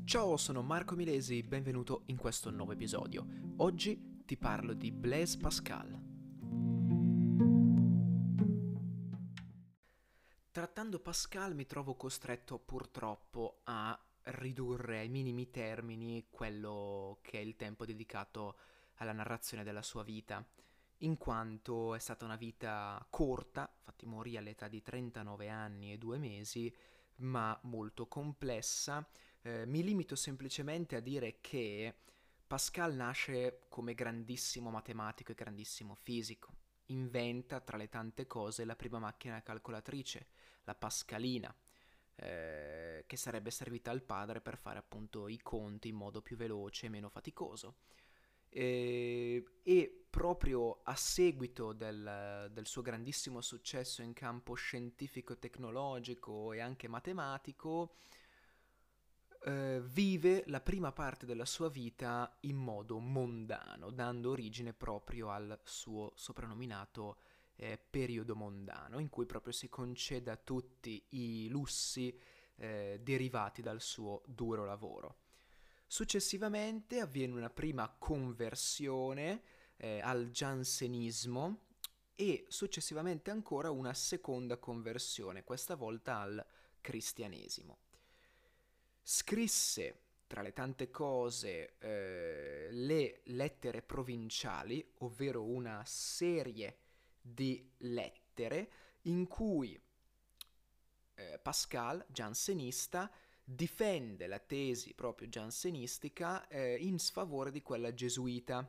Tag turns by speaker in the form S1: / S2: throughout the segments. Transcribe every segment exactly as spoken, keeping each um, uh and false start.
S1: Ciao, sono Marco Milesi, benvenuto in questo nuovo episodio. Oggi ti parlo di Blaise Pascal. Trattando Pascal mi trovo costretto purtroppo a ridurre ai minimi termini quello che è il tempo dedicato alla narrazione della sua vita, in quanto è stata una vita corta, infatti morì all'età di trentanove anni e due mesi, ma molto complessa. Eh, mi limito semplicemente a dire che Pascal nasce come grandissimo matematico e grandissimo fisico. Inventa, tra le tante cose, la prima macchina calcolatrice, la Pascalina, eh, che sarebbe servita al padre per fare appunto i conti in modo più veloce e meno faticoso. E, e proprio a seguito del, del suo grandissimo successo in campo scientifico-tecnologico e anche matematico, eh, vive la prima parte della sua vita in modo mondano, dando origine proprio al suo soprannominato eh, periodo mondano, in cui proprio si concede tutti i lussi eh, derivati dal suo duro lavoro. Successivamente avviene una prima conversione eh, al giansenismo e successivamente ancora una seconda conversione, questa volta al cristianesimo. Scrisse, tra le tante cose, eh, le lettere provinciali, ovvero una serie di lettere in cui eh, Pascal, giansenista, difende la tesi proprio giansenistica eh, in sfavore di quella gesuita,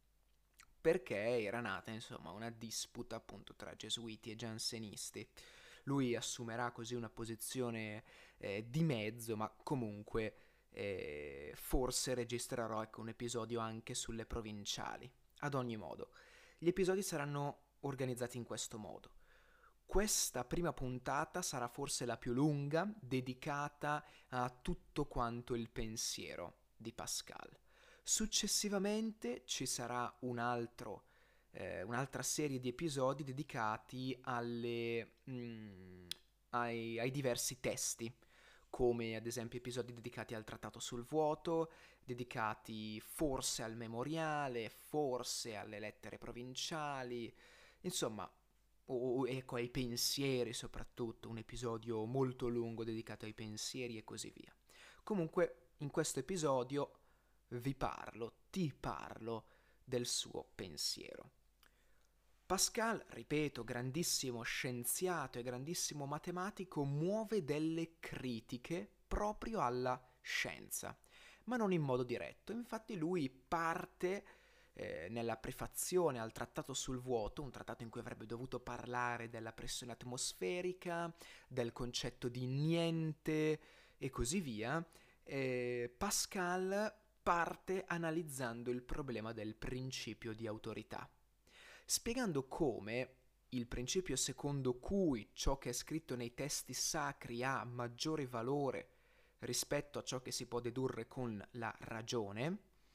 S1: perché era nata insomma una disputa appunto tra gesuiti e giansenisti. Lui assumerà così una posizione eh, di mezzo, ma comunque eh, forse registrerò ecco, un episodio anche sulle provinciali. Ad ogni modo, gli episodi saranno organizzati in questo modo. Questa prima puntata sarà forse la più lunga, dedicata a tutto quanto il pensiero di Pascal. Successivamente ci sarà un altro, eh, un'altra serie di episodi dedicati alle, mm, ai, ai diversi testi, come ad esempio episodi dedicati al trattato sul vuoto, dedicati forse al memoriale, forse alle lettere provinciali, insomma, o ecco ai pensieri soprattutto, un episodio molto lungo dedicato ai pensieri e così via. Comunque, in questo episodio vi parlo, ti parlo del suo pensiero. Pascal, ripeto, grandissimo scienziato e grandissimo matematico, muove delle critiche proprio alla scienza, ma non in modo diretto. Infatti lui parte eh, nella prefazione al trattato sul vuoto, un trattato in cui avrebbe dovuto parlare della pressione atmosferica, del concetto di niente e così via. eh, Pascal parte analizzando il problema del principio di autorità, spiegando come il principio secondo cui ciò che è scritto nei testi sacri ha maggiore valore rispetto a ciò che si può dedurre con la ragione,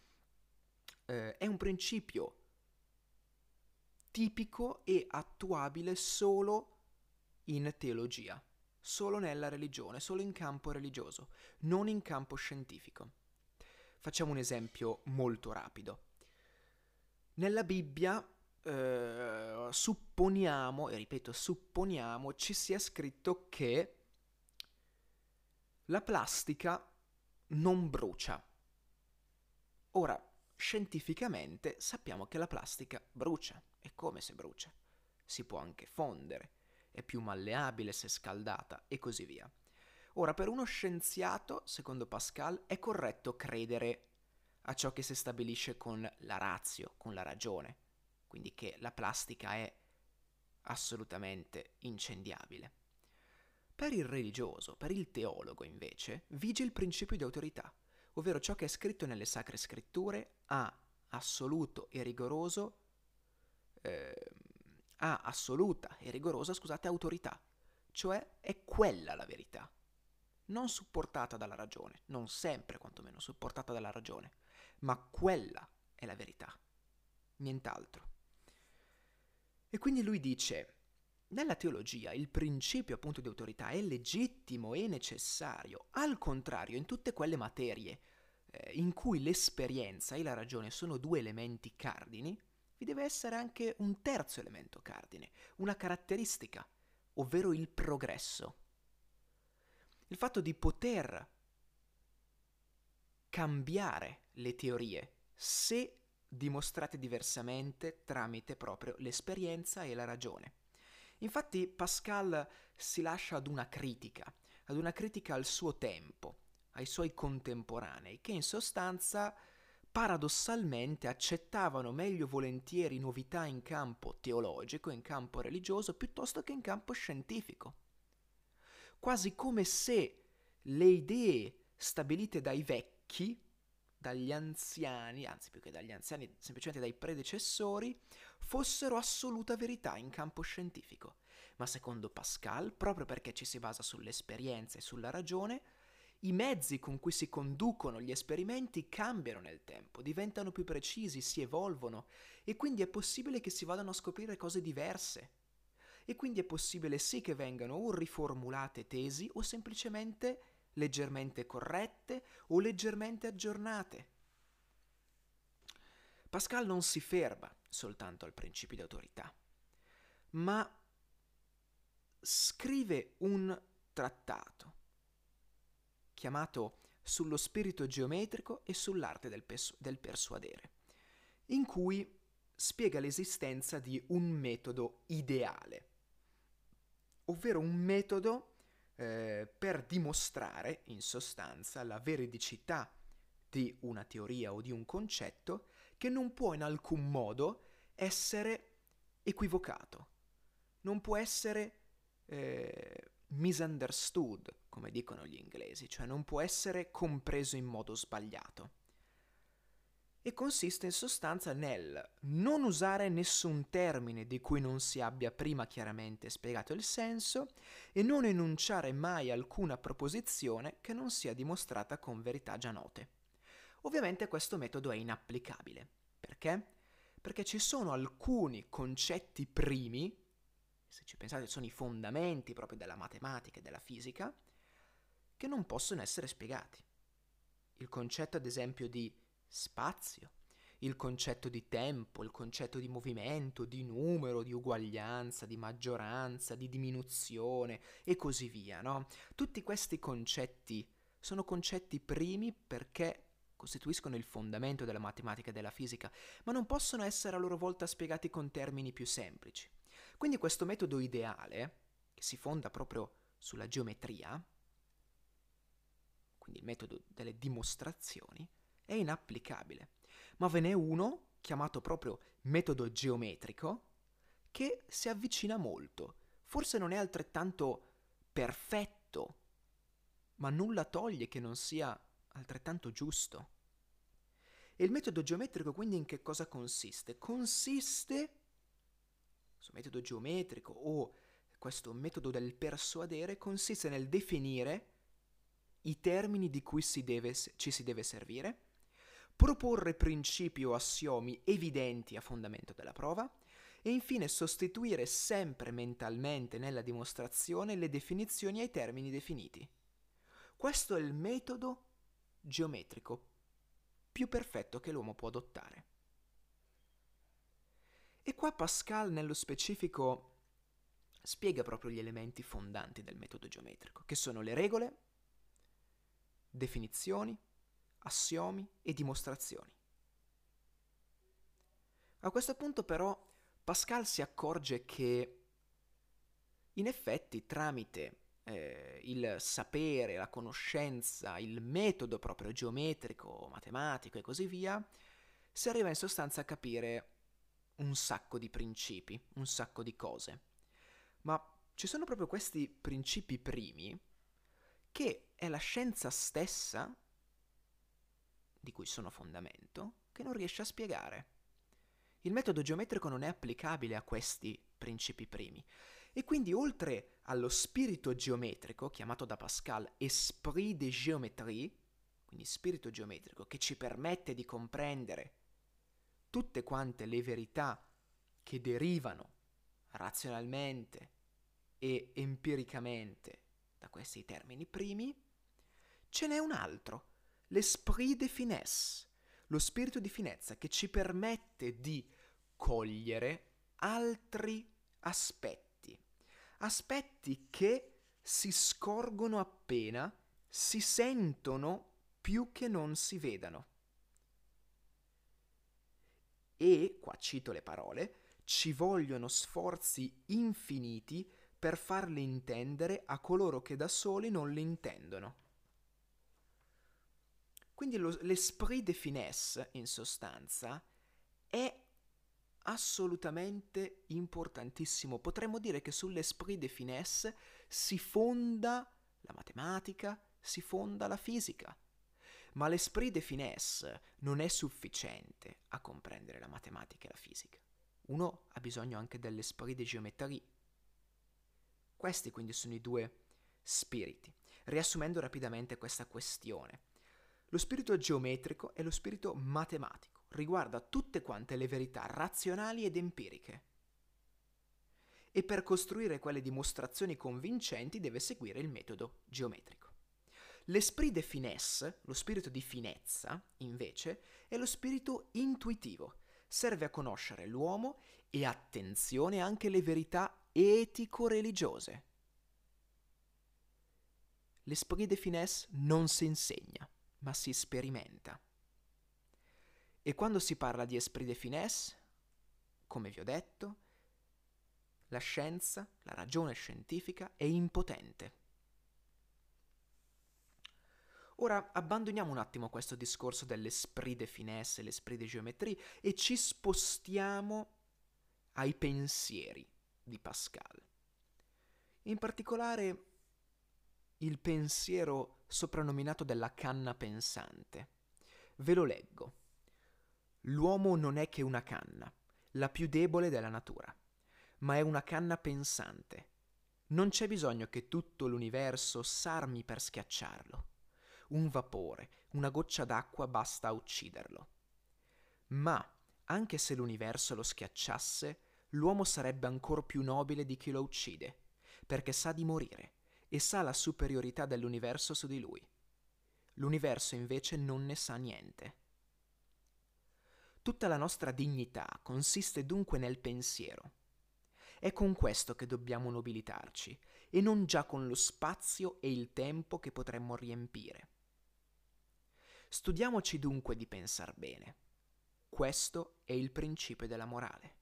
S1: eh, è un principio tipico e attuabile solo in teologia, solo nella religione, solo in campo religioso, non in campo scientifico. Facciamo un esempio molto rapido. Nella Bibbia eh, supponiamo, e ripeto supponiamo, ci sia scritto che la plastica non brucia. Ora, scientificamente sappiamo che la plastica brucia. E come se brucia? Si può anche fondere, è più malleabile se scaldata e così via. Ora, per uno scienziato, secondo Pascal, è corretto credere a ciò che si stabilisce con la ratio, con la ragione, quindi che la plastica è assolutamente incendiabile. Per il religioso, per il teologo invece, vige il principio di autorità, ovvero ciò che è scritto nelle sacre scritture ha assoluto e rigoroso eh, ha assoluta e rigorosa, scusate, autorità, cioè è quella la verità, non supportata dalla ragione, non sempre quantomeno supportata dalla ragione, ma quella è la verità, nient'altro. E quindi lui dice: nella teologia il principio appunto di autorità è legittimo e necessario. Al contrario, in tutte quelle materie eh, in cui l'esperienza e la ragione sono due elementi cardini, vi deve essere anche un terzo elemento cardine, una caratteristica, ovvero il progresso. Il fatto di poter cambiare le teorie se dimostrate diversamente tramite proprio l'esperienza e la ragione. Infatti Pascal si lascia ad una critica, ad una critica al suo tempo, ai suoi contemporanei, che in sostanza paradossalmente accettavano meglio volentieri novità in campo teologico, in campo religioso, piuttosto che in campo scientifico. Quasi come se le idee stabilite dai vecchi, dagli anziani, anzi più che dagli anziani, semplicemente dai predecessori, fossero assoluta verità in campo scientifico. Ma secondo Pascal, proprio perché ci si basa sull'esperienza e sulla ragione, i mezzi con cui si conducono gli esperimenti cambiano nel tempo, diventano più precisi, si evolvono e quindi è possibile che si vadano a scoprire cose diverse. E quindi è possibile sì che vengano o riformulate tesi o semplicemente leggermente corrette o leggermente aggiornate. Pascal non si ferma soltanto al principio di autorità, ma scrive un trattato chiamato Sullo spirito geometrico e sull'arte del, pers- del persuadere, in cui spiega l'esistenza di un metodo ideale, ovvero un metodo eh, per dimostrare in sostanza la veridicità di una teoria o di un concetto che non può in alcun modo essere equivocato, non può essere eh, misunderstood, come dicono gli inglesi, cioè non può essere compreso in modo sbagliato. E consiste in sostanza nel non usare nessun termine di cui non si abbia prima chiaramente spiegato il senso e non enunciare mai alcuna proposizione che non sia dimostrata con verità già note. Ovviamente questo metodo è inapplicabile. Perché? Perché ci sono alcuni concetti primi, se ci pensate sono i fondamenti proprio della matematica e della fisica, che non possono essere spiegati. Il concetto ad esempio di spazio, il concetto di tempo, il concetto di movimento, di numero, di uguaglianza, di maggioranza, di diminuzione e così via, no? Tutti questi concetti sono concetti primi perché costituiscono il fondamento della matematica e della fisica, ma non possono essere a loro volta spiegati con termini più semplici. Quindi questo metodo ideale, che si fonda proprio sulla geometria, quindi il metodo delle dimostrazioni, è inapplicabile. Ma ve n'è uno, chiamato proprio metodo geometrico, che si avvicina molto. Forse non è altrettanto perfetto, ma nulla toglie che non sia altrettanto giusto. E il metodo geometrico quindi in che cosa consiste? Consiste, questo metodo geometrico o questo metodo del persuadere, consiste nel definire i termini di cui si deve, ci si deve servire, proporre principi o assiomi evidenti a fondamento della prova e infine sostituire sempre mentalmente nella dimostrazione le definizioni ai termini definiti. Questo è il metodo geometrico più perfetto che l'uomo può adottare. E qua Pascal nello specifico spiega proprio gli elementi fondanti del metodo geometrico, che sono le regole, definizioni, assiomi e dimostrazioni. A questo punto però Pascal si accorge che in effetti tramite eh, il sapere, la conoscenza, il metodo proprio geometrico, matematico e così via, si arriva in sostanza a capire un sacco di principi, un sacco di cose. Ma ci sono proprio questi principi primi che è la scienza stessa, di cui sono fondamento, che non riesce a spiegare. Il metodo geometrico non è applicabile a questi principi primi. E quindi oltre allo spirito geometrico, chiamato da Pascal esprit de géométrie, quindi spirito geometrico, che ci permette di comprendere tutte quante le verità che derivano razionalmente e empiricamente da questi termini primi, ce n'è un altro, l'esprit de finesse, lo spirito di finezza che ci permette di cogliere altri aspetti, aspetti che si scorgono appena, si sentono più che non si vedano. E, qua cito le parole, ci vogliono sforzi infiniti per farli intendere a coloro che da soli non li intendono. Quindi lo, l'esprit de finesse, in sostanza, è assolutamente importantissimo. Potremmo dire che sull'esprit de finesse si fonda la matematica, si fonda la fisica. Ma l'esprit de finesse non è sufficiente a comprendere la matematica e la fisica. Uno ha bisogno anche dell'esprit de géométrie. Questi quindi sono i due spiriti. Riassumendo rapidamente questa questione, lo spirito geometrico è lo spirito matematico, riguarda tutte quante le verità razionali ed empiriche. E per costruire quelle dimostrazioni convincenti deve seguire il metodo geometrico. L'esprit de finesse, lo spirito di finezza, invece, è lo spirito intuitivo. Serve a conoscere l'uomo e, attenzione, anche le verità etico-religiose. L'esprit de finesse non si insegna, ma si sperimenta. E quando si parla di esprit de finesse, come vi ho detto, la scienza, la ragione scientifica è impotente. Ora abbandoniamo un attimo questo discorso dell'esprit de finesse e l'esprit de géométrie e ci spostiamo ai pensieri di Pascal. In particolare il pensiero soprannominato della canna pensante. Ve lo leggo. L'uomo non è che una canna, la più debole della natura, ma è una canna pensante. Non c'è bisogno che tutto l'universo s'armi per schiacciarlo. Un vapore, una goccia d'acqua basta a ucciderlo. Ma, anche se l'universo lo schiacciasse, l'uomo sarebbe ancor più nobile di chi lo uccide, perché sa di morire e sa la superiorità dell'universo su di lui. L'universo invece non ne sa niente. Tutta la nostra dignità consiste dunque nel pensiero. È con questo che dobbiamo nobilitarci, e non già con lo spazio e il tempo che potremmo riempire. Studiamoci dunque di pensar bene. Questo è il principio della morale.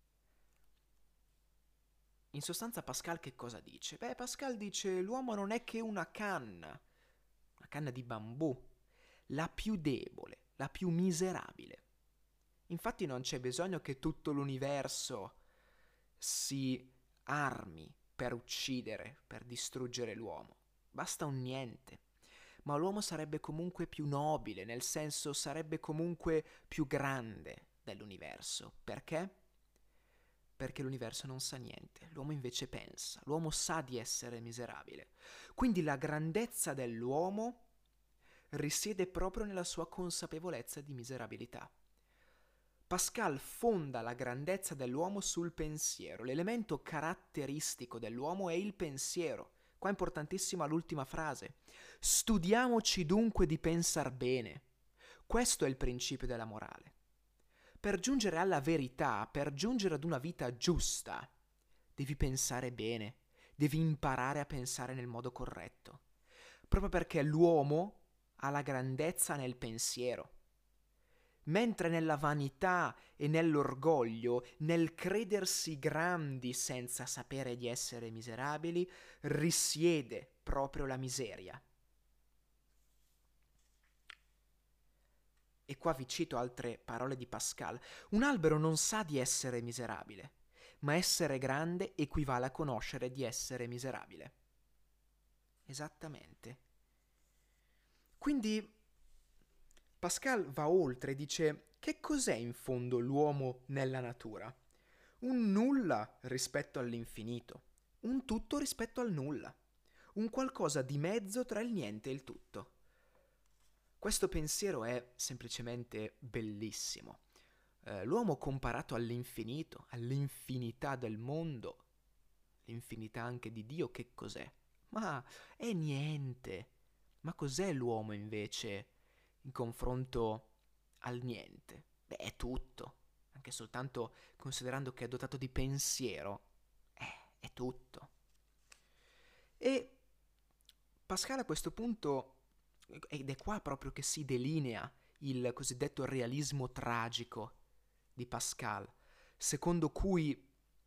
S1: In sostanza Pascal che cosa dice? Beh, Pascal dice l'uomo non è che una canna, una canna di bambù, la più debole, la più miserabile. Infatti non c'è bisogno che tutto l'universo si armi per uccidere, per distruggere l'uomo. Basta un niente. Ma l'uomo sarebbe comunque più nobile, nel senso sarebbe comunque più grande dell'universo. Perché? Perché l'universo non sa niente, l'uomo invece pensa, l'uomo sa di essere miserabile. Quindi la grandezza dell'uomo risiede proprio nella sua consapevolezza di miserabilità. Pascal fonda la grandezza dell'uomo sul pensiero. L'elemento caratteristico dell'uomo è il pensiero. Qua è importantissima l'ultima frase. Studiamoci dunque di pensar bene. Questo è il principio della morale. Per giungere alla verità, per giungere ad una vita giusta, devi pensare bene, devi imparare a pensare nel modo corretto. Proprio perché l'uomo ha la grandezza nel pensiero. Mentre nella vanità e nell'orgoglio, nel credersi grandi senza sapere di essere miserabili, risiede proprio la miseria. E qua vi cito altre parole di Pascal. Un albero non sa di essere miserabile, ma essere grande equivale a conoscere di essere miserabile. Esattamente. Quindi Pascal va oltre e dice: che cos'è in fondo l'uomo nella natura? Un nulla rispetto all'infinito, un tutto rispetto al nulla, un qualcosa di mezzo tra il niente e il tutto. Questo pensiero è semplicemente bellissimo. Eh, l'uomo comparato all'infinito, all'infinità del mondo, l'infinità anche di Dio, che cos'è? Ma è niente. Ma cos'è l'uomo invece in confronto al niente? Beh, è tutto. Anche soltanto considerando che è dotato di pensiero, eh, è tutto. E Pascal a questo punto, ed è qua proprio che si delinea il cosiddetto realismo tragico di Pascal, secondo cui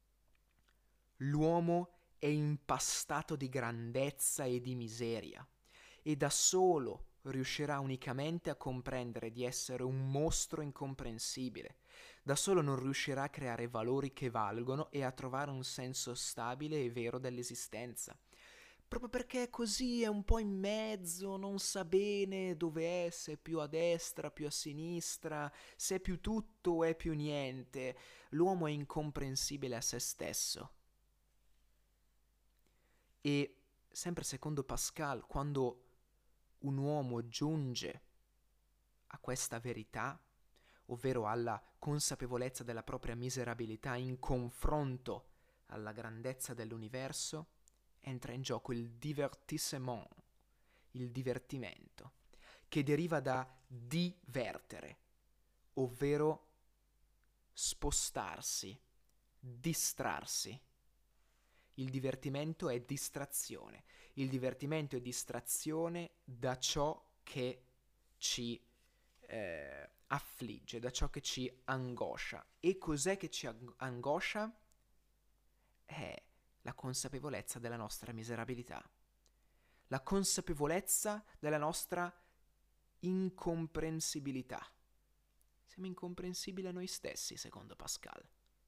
S1: l'uomo è impastato di grandezza e di miseria e da solo riuscirà unicamente a comprendere di essere un mostro incomprensibile. Da solo non riuscirà a creare valori che valgono e a trovare un senso stabile e vero dell'esistenza. Proprio perché è così, è un po' in mezzo, non sa bene dove è, se è più a destra, più a sinistra, se è più tutto o è più niente. L'uomo è incomprensibile a se stesso. E sempre secondo Pascal, quando un uomo giunge a questa verità, ovvero alla consapevolezza della propria miserabilità in confronto alla grandezza dell'universo, entra in gioco il divertissement, il divertimento, che deriva da divertere, ovvero spostarsi, distrarsi. Il divertimento è distrazione. Il divertimento è distrazione da ciò che ci eh, affligge, da ciò che ci angoscia. E cos'è che ci ang- angoscia? È la consapevolezza della nostra miserabilità, la consapevolezza della nostra incomprensibilità. Siamo incomprensibili a noi stessi, secondo Pascal.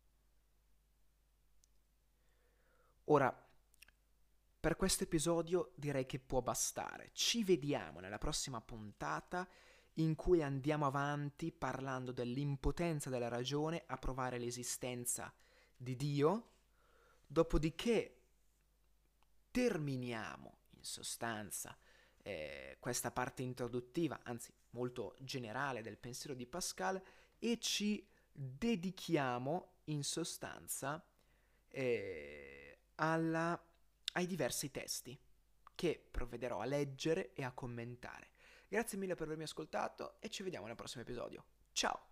S1: Ora, per questo episodio direi che può bastare. Ci vediamo nella prossima puntata in cui andiamo avanti parlando dell'impotenza della ragione a provare l'esistenza di Dio, dopodiché terminiamo in sostanza eh, questa parte introduttiva, anzi molto generale del pensiero di Pascal, e ci dedichiamo in sostanza eh, alla, ai diversi testi che provvederò a leggere e a commentare. Grazie mille per avermi ascoltato e ci vediamo nel prossimo episodio. Ciao!